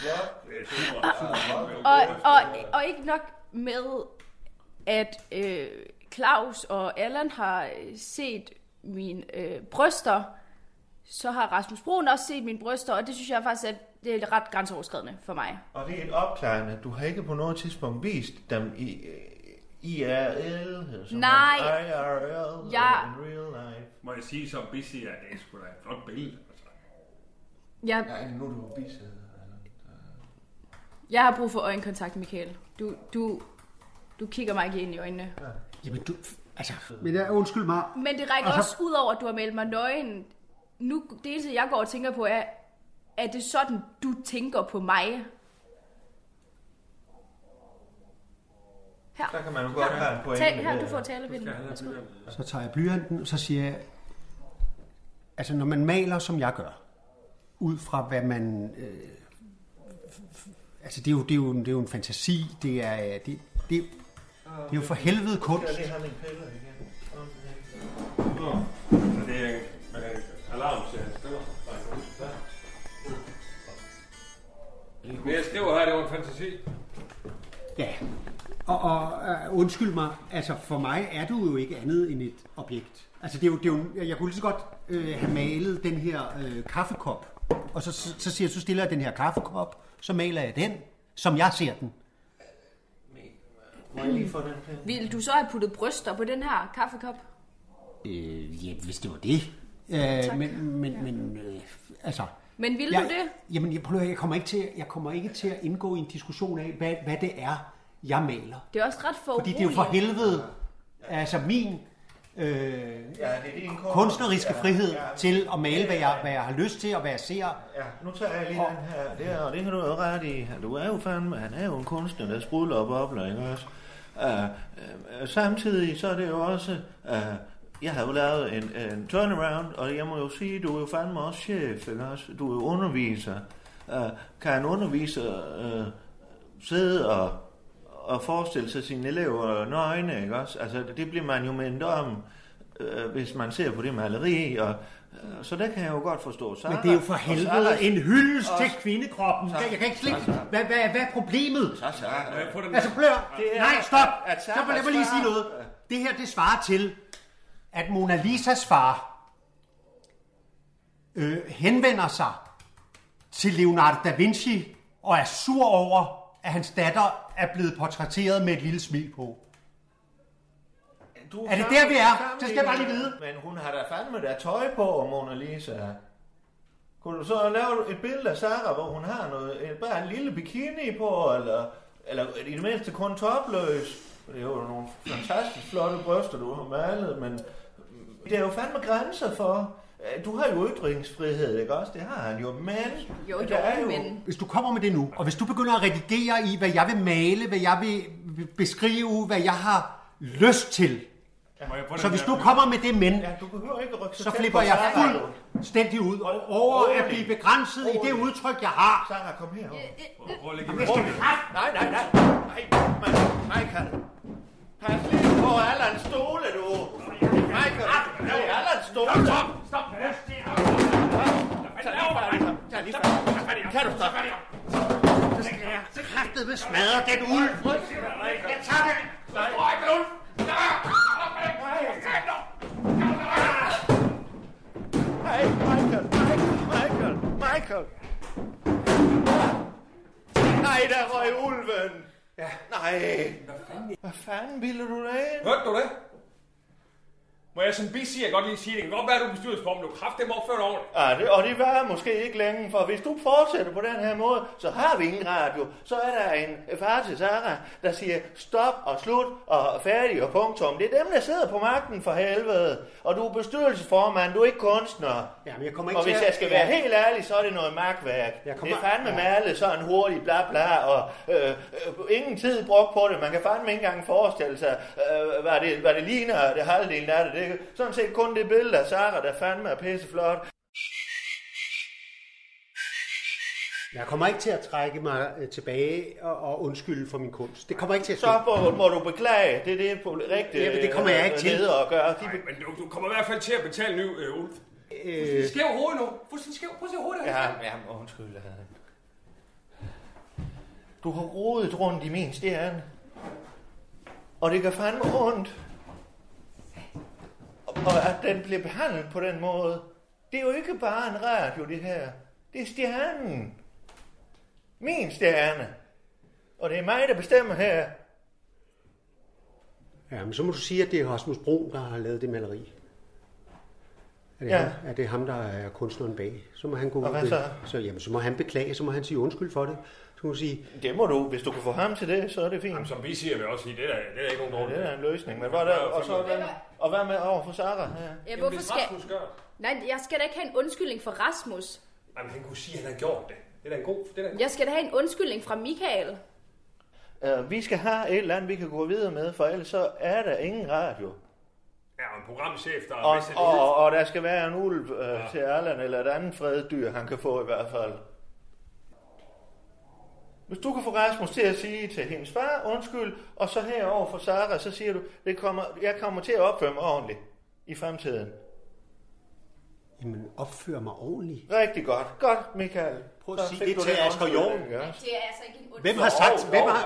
Og ikke nok med, at Claus og Allan har set mine bryster, så har Rasmus Broen også set mine bryster, og det synes jeg faktisk, at det er ret grænseoverskridende for mig. Og det er et opklarende. Du har ikke på noget tidspunkt vist dem i IRL? Nej. IRL in real life. Må jeg sige som bisidder, at det er sgu da et flot billede. Ja. Nej, nu er du bisidder. Jeg har brug for øjenkontakt, Michael. Du kigger mig ikke ind i øjnene. Ja. Jamen du... Altså... Men undskyld mig. Men det rækker også ud over, at du har meldt mig nøgen. Nu, det eneste, jeg går og tænker på, er det sådan, du tænker på mig? Her. Så kan man jo godt have en pointe. Her, du får talepinden. Så tager jeg blyanten, og så siger jeg... Altså, når man maler, som jeg gør, ud fra hvad man... altså, det er jo en fantasi. Det er jo for helvede kunst. Jeg lige have min piller igen. Så det er alarm til hans skriver. Men jeg skriver her, det var en fantasi. Ja, og undskyld mig, altså for mig er du jo ikke andet end et objekt. Altså det er jo jeg kunne lige så godt have malet den her kaffekop, og så stiller jeg den her kaffekop, så maler jeg den, som jeg ser den. Må jeg lige få den pen? Vil du så have puttet bryster på den her kaffekop? Ja, hvis det var det. Men altså... Men vil du det? Jamen, jeg kommer ikke til at indgå i en diskussion af, hvad det er, jeg maler. Det er også ret for fordi det er jo for helvede, altså min kunstneriske frihed til at male, hvad jeg har lyst til, og hvad jeg ser. Ja, nu tager jeg lige den her, og det kan du jo ret i. Du er jo fandme, han er jo en kunstner, der sprudler og bobler, ikke også? Samtidig så er det jo også Jeg har jo lavet en turnaround, og jeg må jo sige, du er jo fandme også chef, ikke også? Du er jo underviser. Kan en underviser sidde og forestille sig sine elever nøgne, ikke også? Altså, det bliver man jo mindet om, hvis man ser på det maleri, og så det kan jeg jo godt forstå. Men det er jo for helvede en hyldest til kvindekroppen. Jeg kan ikke slikke. Hvad er problemet? Altså, nej, stop. Så lad mig lige sige noget. Det her, det svarer til, at Mona Lisas far henvender sig til Leonardo da Vinci og er sur over, at hans datter er blevet portrætteret med et lille smil på. Er det der, vi er? Det skal jeg bare lige vide. Men hun har da fandme der tøj på, Mona Lisa. Kunne du så lave et billede af Sarah, hvor hun har bare en lille bikini på, eller i det mindste kun topløs? Det er jo nogle fantastisk flotte bryster, du har malet, men det er jo fandme grænser for. Du har jo ytringsfrihed, ikke også? Det har han jo, men... Jo, men... Hvis du kommer med det nu, og hvis du begynder at redigere i, hvad jeg vil male, hvad jeg vil beskrive, hvad jeg har lyst til, så hvis du kommer med det men, så flipper jeg fuldstændig ud over at blive begrænset i det udtryk, jeg har. Sarah, kom her. Nej. Michael. Pas lige på Allans stole, du. Michael, Allans stole. Stop. Tag lige færdig. Kan du stoppe? Så skal jeg kraftedeme smadre den ulv. Jeg tager det. Hey, Michael. Nej, der røg ulven. Ja. Nej. Hvad fanden ville du da ind? Hørte du det? Må jeg som bisiger godt lige sige, det kan godt være, at du er bestyrelsesformand, du kraftedeme opført ordentligt. Ja, og det var måske ikke længe, for hvis du fortsætter på den her måde, så har vi ingen radio. Så er der en far til Sarah, der siger stop og slut og færdig og punktum. Det er dem, der sidder på magten for helvede. Og du er bestyrelsesformand, du er ikke kunstner. Jamen, jeg kommer ikke og hvis jeg skal være helt ærlig, så er det noget magtværk. Det er fandme malet sådan hurtigt, bla bla, og ingen tid brugt på det. Man kan fandme ikke engang forestille sig, hvad det ligner, det halvdelen af det. Sådan set kun det billede af Sarah, der fandme er pisseflot. Jeg kommer ikke til at trække mig tilbage og undskylde for min kunst. Det kommer ikke til at ske. Så må du beklage. Det er det på rigtigt. Ja, det kommer jeg ikke til at gøre. Nej, men du kommer i hvert fald til at betale nu, Ulf. Skæv hovedet nu. Fuldstændig skæv. Prøv at se hovedet. Ja, undskyld. Du har rodet rundt i min stjerne. Og det gør fandme ondt. Og at den bliver behandlet på den måde. Det er jo ikke bare en radio, det her. Det er stjernen. Min stjerne. Og det er mig, der bestemmer her. Ja, men så må du sige, at det er Rasmus Brun, der har lavet det maleri. Er det ham, der er kunstneren bag? Så må han gå ud. Så må han beklage, så må han sige undskyld for det. Så må du sige, det må du. Hvis du kan få ham til det, så er det fint. Jamen, som vi siger, vil også sige, det er ikke nogen dårlig. Det er en løsning. Men hvad med over for Sarah? Ja, hvorfor skal... Nej, jeg skal da ikke have en undskyldning for Rasmus. Jamen, han kunne sige, at han har gjort det. Det er da en god... Jeg skal da have en undskyldning fra Michael. Vi skal have et eller andet, vi kan gå videre med, for ellers så er der ingen radio. Ja, og en programchef, der og der skal være en ulv til Allan, eller et andet frededyr, han kan få i hvert fald. Hvis du kan få Rasmus til at sige til hendes far, undskyld, og så herover for Sarah, så siger du, jeg kommer til at opføre mig ordentligt i fremtiden. Jamen, opføre mig ordentligt? Rigtig godt. Godt, Michael. Prøv at sige det til Asger Jorn. Det er altså ikke en Hvem har sagt...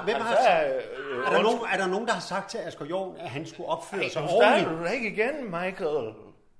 Er der nogen, der har sagt til Asger Jorn, at han skulle opføre sig ordentligt? Nu starter du ikke igen, Michael.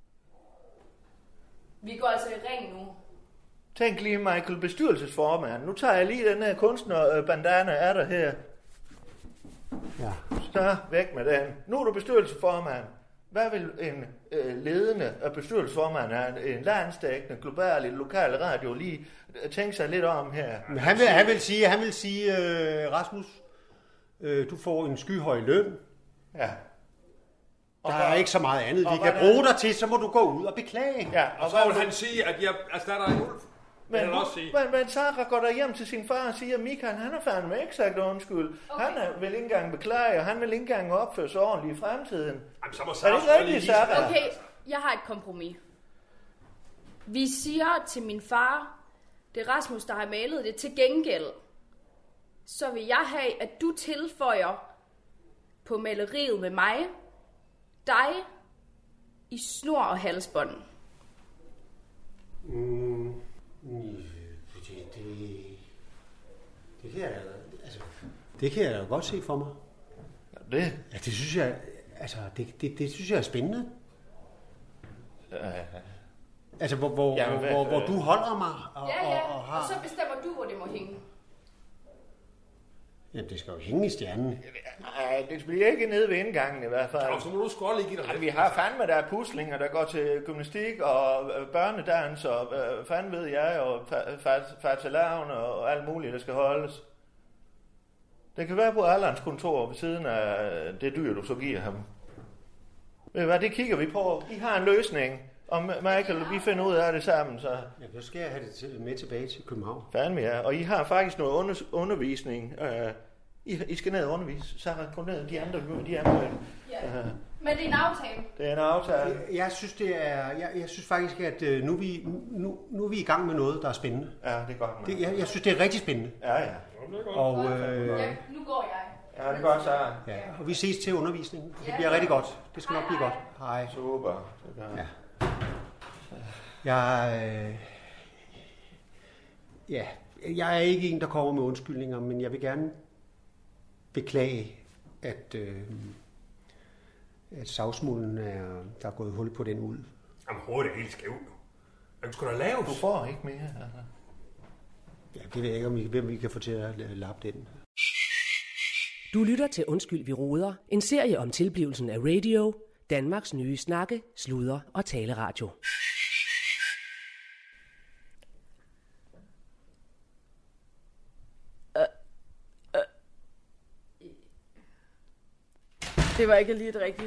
Vi går altså i ring nu. Tænk lige, Michael, bestyrelsesformand. Nu tager jeg lige den her kunstnerbandana af dig her. Ja. Så væk med den. Nu er du bestyrelsesformand. Hvad vil en ledende bestyrelsesformand af en landsdækkende, global, lokal radio lige tænke sig lidt om her? Men han vil sige, Rasmus, du får en skyhøj løn. Ja. Der er ikke så meget andet, vi kan bruge dig til, så må du gå ud og beklage. Ja, og så vil han sige, at jeg erstatter en ulv. Men Sarah går der hjem til sin far og siger, at Michael, han har fandme ikke sagt undskyld. Okay. Han vil ikke engang beklage, og han vil ikke engang opføre sig ordentligt i fremtiden. Jamen, så må er det ikke rigtigt, Sarah? Okay, jeg har et kompromis. Vi siger til min far, det er Rasmus, der har malet det, til gengæld. Så vil jeg have, at du tilføjer på maleriet med mig, dig i snor og halsbånd. Det kan jeg da godt se for mig. Ja, det? Ja, det synes jeg, altså, det synes jeg er spændende. Altså, hvor du holder mig. Og så bestemmer du, hvor det må hænge. Jamen, det skal jo hænge i stjernen. Nej, det bliver ikke nede ved indgangen i hvert fald. Ja, så må du sgu lige give dig. Vi har fandme, der er puslinger, der går til gymnastik og børnedans og fandme ved jeg, og fartalavn og alt muligt, der skal holdes. Det kan være på Allands kontor ved siden af det dyr, du så giver ham. Ved du hvad, det kigger vi på. I har en løsning, og Michael, vi finder ud af det sammen, så... Ja, så skal jeg have det med tilbage til København. Fandme ja, og I har faktisk noget undervisning. I skal ned og undervise. Sarah, kom ned, de andre. Ja. Men det er en aftale. Det er en aftale. Jeg synes, jeg synes faktisk, at nu er vi i gang med noget, der er spændende. Ja, det er godt. Jeg synes, det er rigtig spændende. Ja. Og, nu går jeg. Ja, det er godt, Sarah. Ja, og vi ses til undervisningen. Det bliver rigtig godt. Det skal nok blive godt. Hej. Super. Ja. Jeg er ikke en, der kommer med undskyldninger, men jeg vil gerne beklage, at savsmulden der er gået hul på den uld. Jamen, hovedet er helt skævt nu. Hvad skal der laves? Du får ikke mere, altså. Ja, det ved jeg ikke, hvem vi kan få til at lappe den. Du lytter til Undskyld, vi roder. En serie om tilblivelsen af radio. Danmarks nye snakke, sludre og taleradio. Det var ikke lige et rigtigt...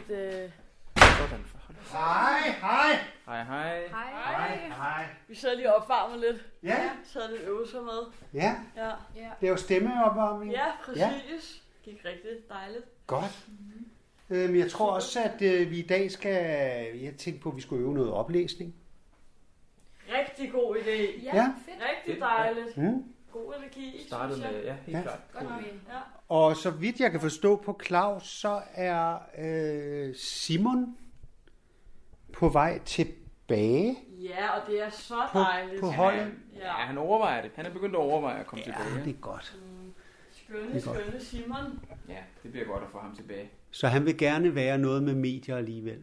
Hej. Vi sad lige og opvarmet lidt. Ja. Sad lidt øvelser med. Ja. Det er jo stemmeopvarmning. Ja, præcis. Gik rigtig dejligt. Godt. Men jeg tror også, at vi i dag skal... Jeg tænkte på, at vi skulle øve noget oplæsning. Rigtig god idé. Ja. Rigtig dejligt. God energi. Startede med, helt klart. Godt. Ja. Og så vidt jeg kan forstå på Claus, så er Simon på vej tilbage. Ja, og det er så dejligt. På holdet. Ja, han overvejer det. Han er begyndt at overveje at komme tilbage. Ja, det er godt. Skønne Simon. Ja, det bliver godt at få ham tilbage. Så han vil gerne være noget med medier alligevel.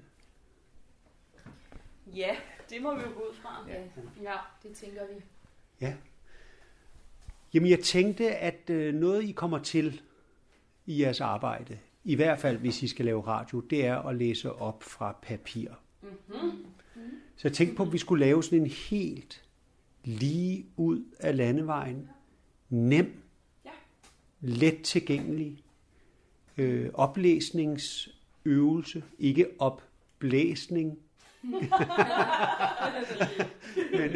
Ja, det må vi jo gå ud fra. Ja, det tænker vi. Ja. Jamen, jeg tænkte, at noget I kommer til i jeres arbejde, i hvert fald hvis I skal lave radio, det er at læse op fra papir. Så jeg tænkte på, at vi skulle lave sådan en helt lige ud af landevejen, nem, let tilgængelig oplæsningsøvelse, ikke opblæsning. Men,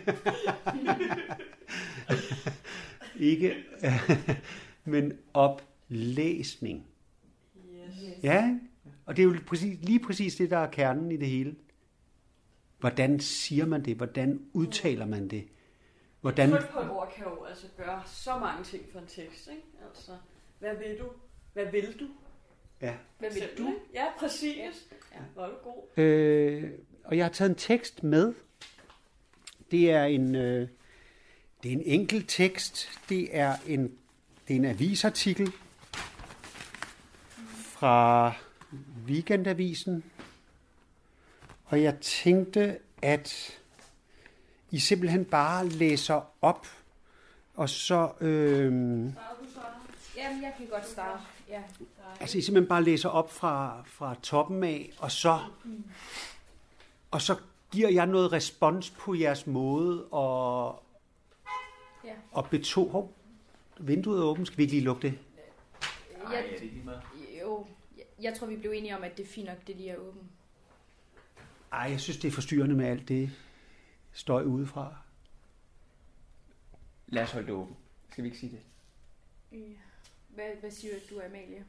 ikke, men oplæsning. Yes. Ja, og det er jo lige præcis det, der er kernen i det hele. Hvordan siger man det? Hvordan udtaler man det? Hvordan... Tryk på et ord kan jo altså gøre så mange ting for en tekst, ikke? Altså, hvad vil du? Hvad vil du? Ja. Hvad vil du? Ja, præcis. Ja. Hvor er du god. Og jeg har taget en tekst med. Det er en enkelt tekst. Det er en avisartikel fra Weekendavisen. Og jeg tænkte, at I simpelthen bare læser op, og så... Jamen, jeg kan godt starte. Ja. Altså, I simpelthen bare læser op fra toppen af, og så giver jeg noget respons på jeres måde og betone. Vinduet er åbent. Skal vi ikke lige lukke det? Jeg tror, vi blev enige om, at det er fint nok, det lige er åbent. Ej, jeg synes, det er forstyrrende med alt det støj udefra. Lad os holde det åbent. Skal vi ikke sige det? Ja. Hvad siger du, Amalie?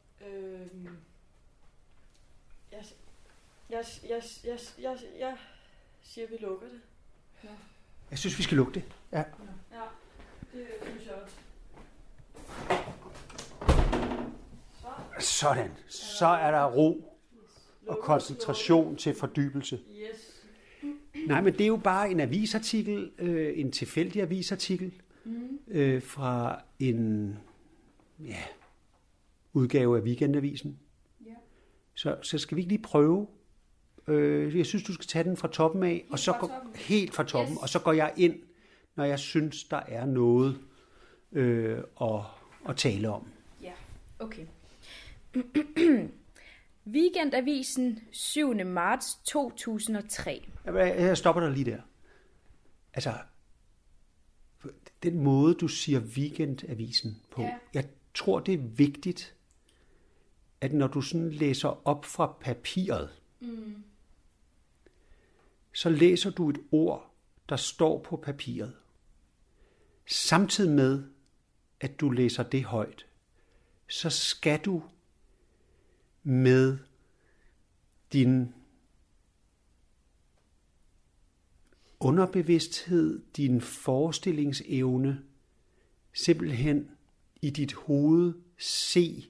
Jeg siger, vi lukker det. Ja. Jeg synes, vi skal lukke det. Ja. Ja, det synes jeg også. Sådan. Så er der ro og koncentration til fordybelse. Yes. Nej, men det er jo bare en avisartikel, en tilfældig avisartikel fra en udgave af Weekendavisen. Ja. Så skal vi ikke lige prøve? Jeg synes, du skal tage den fra toppen af, og så helt fra toppen, og så går jeg ind, når jeg synes, der er noget at tale om. Ja, okay. Weekendavisen 7. marts 2003. Jeg stopper dig lige der. Altså, den måde, du siger Weekendavisen på, jeg tror, det er vigtigt, at når du sådan læser op fra papiret, så læser du et ord, der står på papiret. Samtidig med, at du læser det højt, så skal du med din underbevidsthed, din forestillingsevne, simpelthen i dit hoved se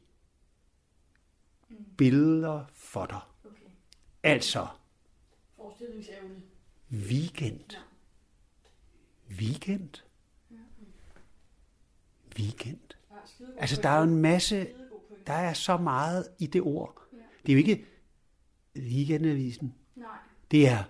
billeder for dig. Okay. Altså, forestillingsevne. Weekend. Ja. Weekend. Ja. Weekend. Ja, altså, der er jo en masse, der er så meget i det ord. Ja. Det er jo ikke Weekendavisen. Nej. Det er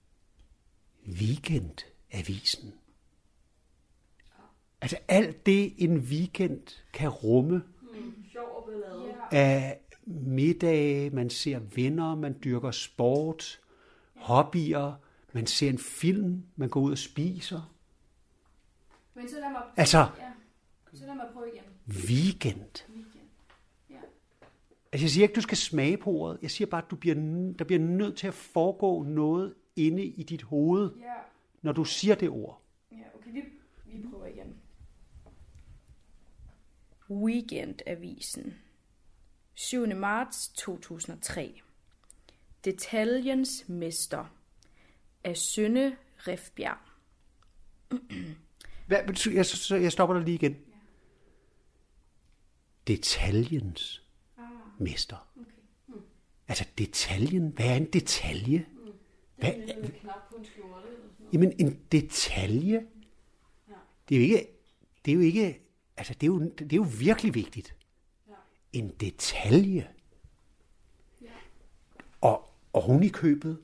Weekendavisen. Ja. Altså, alt det, en weekend kan rumme sjov og ballade. af middage, man ser venner, man dyrker sport, hobbyer, man ser en film, man går ud og spiser. Men så lad mig, så lad mig prøve igen. Weekend. Ja. Altså jeg siger ikke, du skal smage på ordet. Jeg siger bare, at der bliver nødt til at foregå noget inde i dit hoved, når du siger det ord. Ja, okay, vi prøver igen. Weekendavisen 7. marts 2003. Detaljens mester af Synne Rifbjerg. Jeg stopper dig lige igen. Ja. Detaljens mester. Okay. Altså detaljen, hvad er en detalje? Hvad? Det er en knap på en skjorte. Jamen en detalje, det er jo ikke, altså det er jo virkelig vigtigt. Ja. En detalje. Ja. Og hun i købet,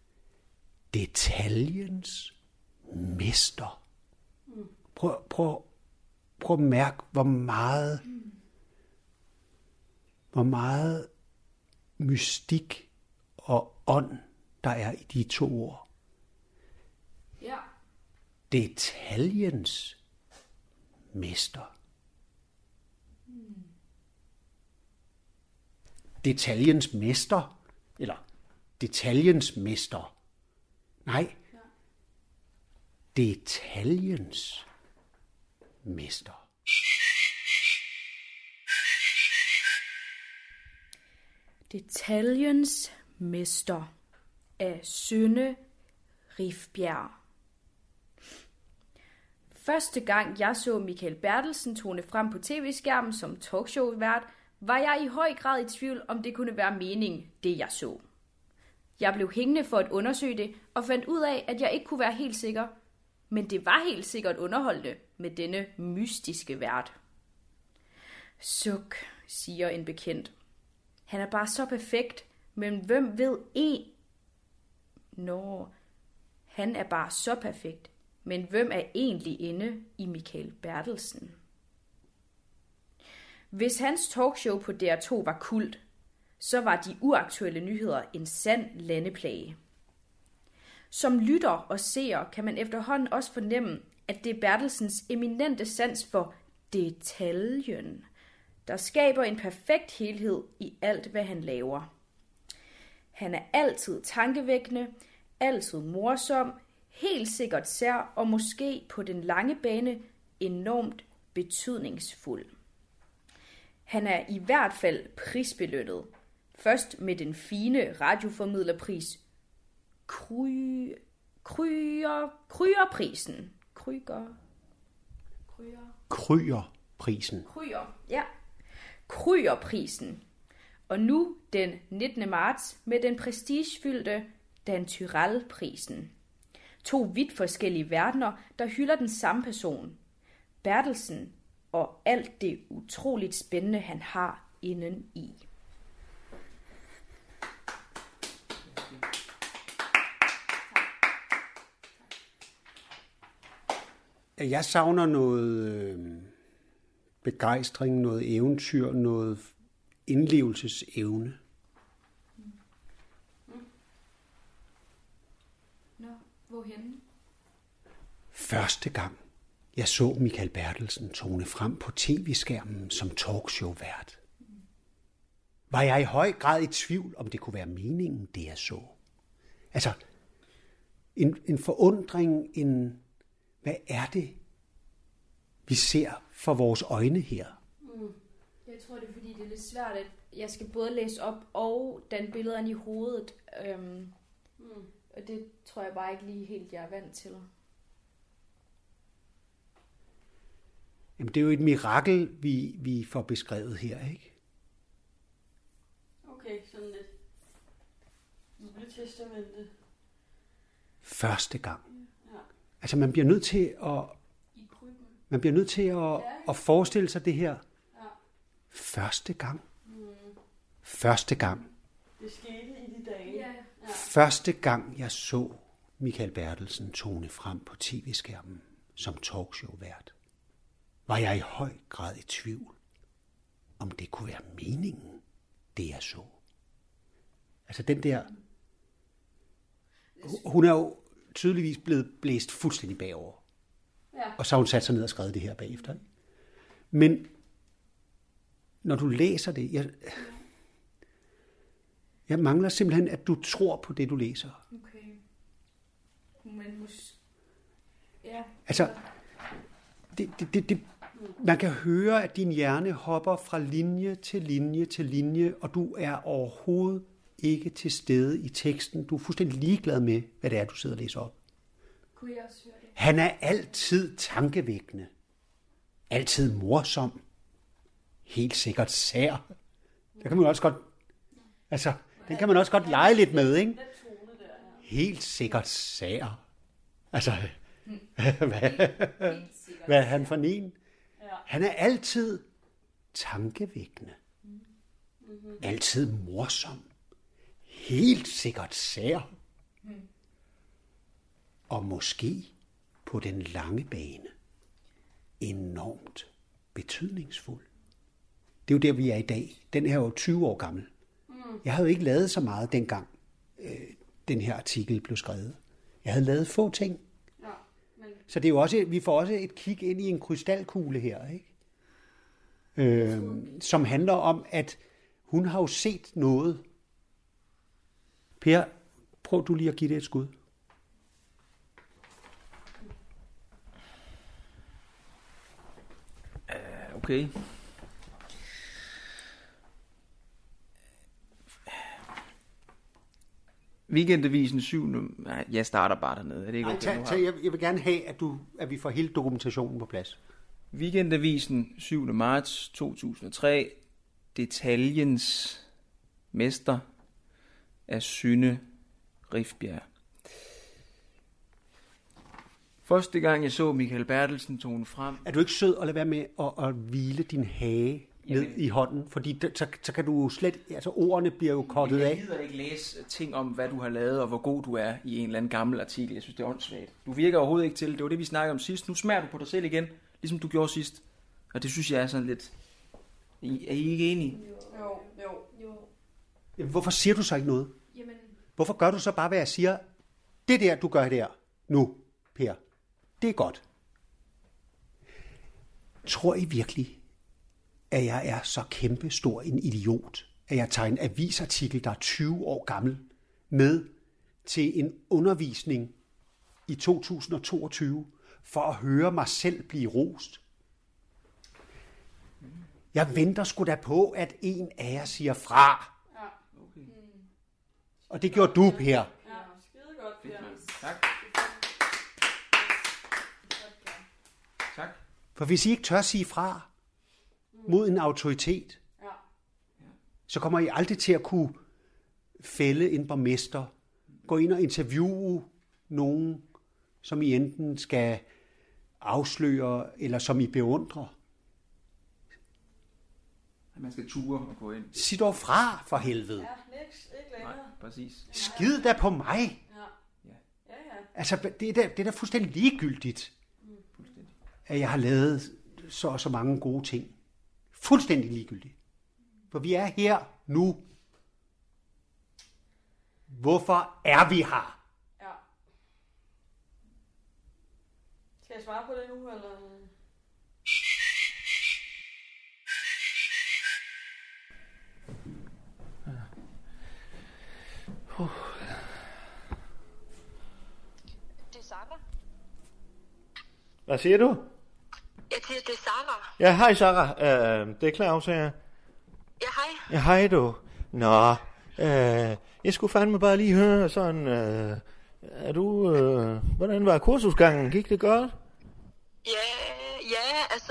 detaljens mester. Prøv at mærke, hvor meget mystik og ånd, der er i de to ord. Ja. Detaljens mester. Detaljens mester? Eller detaljens mester? Nej. Ja. Detaljens mester. Detaljens mester af Synne Rifbjerg. Første gang jeg så Mikael Bertelsen tone frem på tv-skærmen som talkshow-vært, var jeg i høj grad i tvivl, om det kunne være meningen, det jeg så. Jeg blev hængende for at undersøge det, og fandt ud af, at jeg ikke kunne være helt sikker. Men det var helt sikkert underholdende med denne mystiske vært. Suk, siger en bekendt. Han er bare så perfekt, men hvem ved en? Han er bare så perfekt, men hvem er egentlig inde i Mikael Bertelsen? Hvis hans talkshow på DR2 var kult, så var de uaktuelle nyheder en sand landeplage. Som lytter og seer kan man efterhånden også fornemme, at det er Bertelsens eminente sans for detaljen, der skaber en perfekt helhed i alt, hvad han laver. Han er altid tankevækkende, altid morsom, helt sikkert sær og måske på den lange bane enormt betydningsfuld. Han er i hvert fald prisbelønnet. Først med den fine radioformidlerpris Krügerprisen. Krügerprisen. Og nu den 19. marts med den prestigefyldte Dan Tyrell-prisen. 2 vidt forskellige verdener, der hylder den samme person. Bertelsen og alt det utroligt spændende, han har inden i. Jeg savner noget begejstring, noget eventyr, noget indlevelsesevne. Nå, hvorhenne? Første gang jeg så Mikael Bertelsen tone frem på tv-skærmen som talkshow-vært, var jeg i høj grad i tvivl, om det kunne være meningen, det jeg så. Altså, en forundring, hvad er det, vi ser for vores øjne her? Jeg tror, det er fordi, det er lidt svært, at jeg skal både læse op og danne billederne i hovedet. Og det tror jeg bare ikke lige helt, jeg er vant til. Jamen, det er jo et mirakel, vi får beskrevet her, ikke? Okay, sådan lidt. Juletestamentet. Første gang. Ja. Altså, man bliver nødt til at forestille sig det her. Ja. Første gang. Første gang. Det skete i de dage. Ja. Første gang, jeg så Mikael Bertelsen tone frem på tv-skærmen som talkshow-vært, var jeg i høj grad i tvivl, om det kunne være meningen, det jeg så. Altså den der... Hun er jo tydeligvis blevet blæst fuldstændig bagover. Ja. Og så har hun sat sig ned og skrevet det her bagefter. Ikke? Men når du læser det... Jeg mangler simpelthen, at du tror på det, du læser. Okay. Men ja. Altså, man kan høre, at din hjerne hopper fra linje til linje til linje, og du er overhovedet ikke til stede i teksten. Du er fuldstændig ligeglad med, hvad det er, du sidder og læser op. Kunne jeg også høre det? Han er altid tankevækkende. Altid morsom. Helt sikkert sær. Der kan man også godt... Altså, den kan man også godt lege lidt med, ikke? Helt sikkert sær. Altså, hvad er han for en? Han er altid tankevækkende. Altid morsom. Helt sikkert sær. Og måske på den lange bane enormt betydningsfuld. Det er jo der, vi er i dag. Den her er jo 20 år gammel. Jeg havde jo ikke lavet så meget dengang, den her artikel blev skrevet. Jeg havde lavet få ting. Ja, men... Så det er jo også, vi får også et kig ind i en krystalkugle her, ikke? Som handler om, at hun har jo set noget. Per, prøv du lige at give det et skud. Okay. Weekendavisen 7. Nej, jeg starter bare dernede. Er det ikke okay? Jeg vil gerne have, at vi får hele dokumentationen på plads. Weekendavisen 7. marts 2003. Detaljens mester af Synne Rifbjerg. Første gang jeg så Mikael Bertelsen tone frem. Er du ikke sød at lade være med at hvile din hage ned i hånden? Fordi så kan du slet... Altså ordene bliver jo kortet af. Jeg gider ikke læse ting om, hvad du har lavet, og hvor god du er i en eller anden gammel artikel. Jeg synes, det er åndssvagt. Du virker overhovedet ikke til. Det var det, vi snakkede om sidst. Nu smager du på dig selv igen, ligesom du gjorde sidst. Og det synes jeg er sådan lidt... Er I ikke enige? Jo. Hvorfor siger du så ikke noget? Jamen... Hvorfor gør du så bare, hvad jeg siger? Det der, du gør der nu, Per. Det er godt. Tror I virkelig, at jeg er så kæmpestor en idiot, at jeg tager en avisartikel, der er 20 år gammel, med til en undervisning i 2022, for at høre mig selv blive rost. Jeg venter sgu da på, at en af jer siger fra. Ja. Okay. Og det gjorde du, Per. Ja, skide godt, Per. Tak. Tak. For hvis I ikke tør sige fra mod en autoritet, så kommer I aldrig til at kunne fælde en borgmester, gå ind og interviewe nogen, som I enten skal afsløre, eller som I beundrer. Man skal ture og gå ind. Sig dog fra, for helvede. Ja, niks, ikke længere. Nej, præcis. Skid da på mig. Ja. Altså, det er da fuldstændig ligegyldigt, at jeg har lavet så og så mange gode ting. Fuldstændig ligegyldigt. For vi er her nu. Hvorfor er vi her? Ja. Skal jeg svare på det nu, eller? Det er Sarah. Hvad siger du? Jeg siger, det er Sarah. Ja, hej Sarah. Det er Claus her. Ja, hej. Ja, hej du. Nå, jeg skulle fandme bare lige høre sådan, er du, hvordan var kursusgangen? Gik det godt? Ja, altså,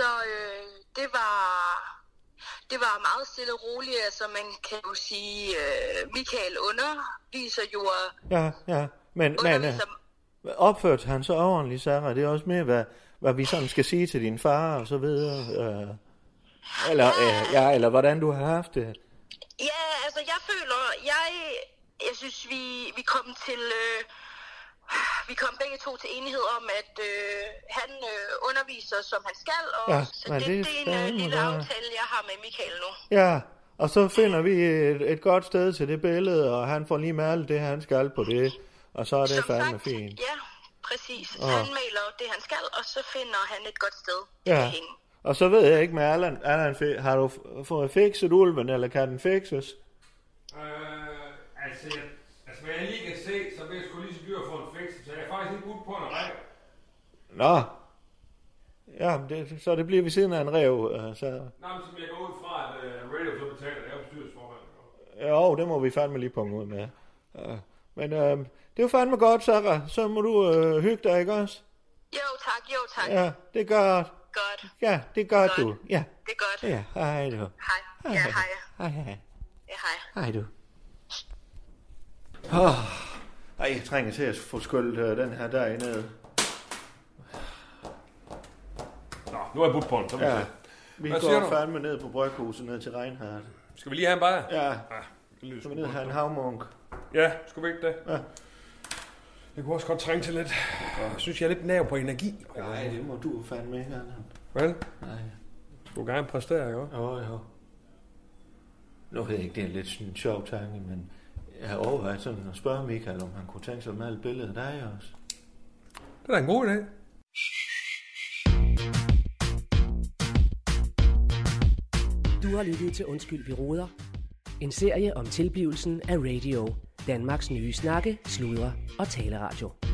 det var meget stille og roligt. Altså, man kan jo sige, Michael underviser jo. Ja, men opførte han så ordentligt, Sarah? Det er også mere, hvad vi sådan skal sige til din far og så videre. Eller hvordan du har haft det. Ja, altså jeg føler, jeg synes vi kom til, vi kom begge to til enighed om, at han underviser som han skal, og ja, det er en lille aftale, jeg har med Michael nu. Ja, og så finder vi et godt sted til det billede, og han får lige malet det, han skal på det, og så er det fandme fint. Ja, præcis. Han maler det, han skal, og så finder han et godt sted, det kan hænge. Og så ved jeg ikke med Allan, har du fået fikset ulven, eller kan den fikses? Hvad jeg lige kan se, så vil jeg sgu lige så dyr at få en fikset, så jeg er faktisk ikke budt på en rev. Nå. Ja, så det bliver ved siden af en rev. Så. Nå, men som jeg går ud fra, at radio så betaler, det er jo bestyrelsesformand. Jo, det må vi fandme lige punge ud med. Men det er jo fandme godt, Sarah. Så må du hygge dig, ikke også? Jo, tak. Ja, det er godt. Godt. Ja, det er godt, du. Ja. Det er godt. Ja, hej du. Hej. Ja, hej. Hej. Ja, hej. Hej du. Jeg trænger til at få skyldt den her der ned. Nå, nu er jeg budt på den, så vil jeg vi går fandme ned på bryghuset ned til Reinhardt. Skal vi lige have en bajer? Ja. Så vi ned have en havmunk. Ja, skulle vi ikke det? Ja. Jeg kunne også godt trænge til lidt. Jeg synes, jeg er lidt nær på energi. Nej, det må du fandme ikke, Allan. Hvad? Nej. Du vil gerne præstere, jo? Jo. Nu ved jeg ikke, det er lidt sådan en sjov tanke, men jeg har overvejet sådan at spørge Michael, om han kunne tænke sig at male et billede af dig også. Det er da en god idé. Du har lyttet til Undskyld, vi roder. En serie om tilblivelsen af radio. Danmarks nye snakke, sludre og taleradio.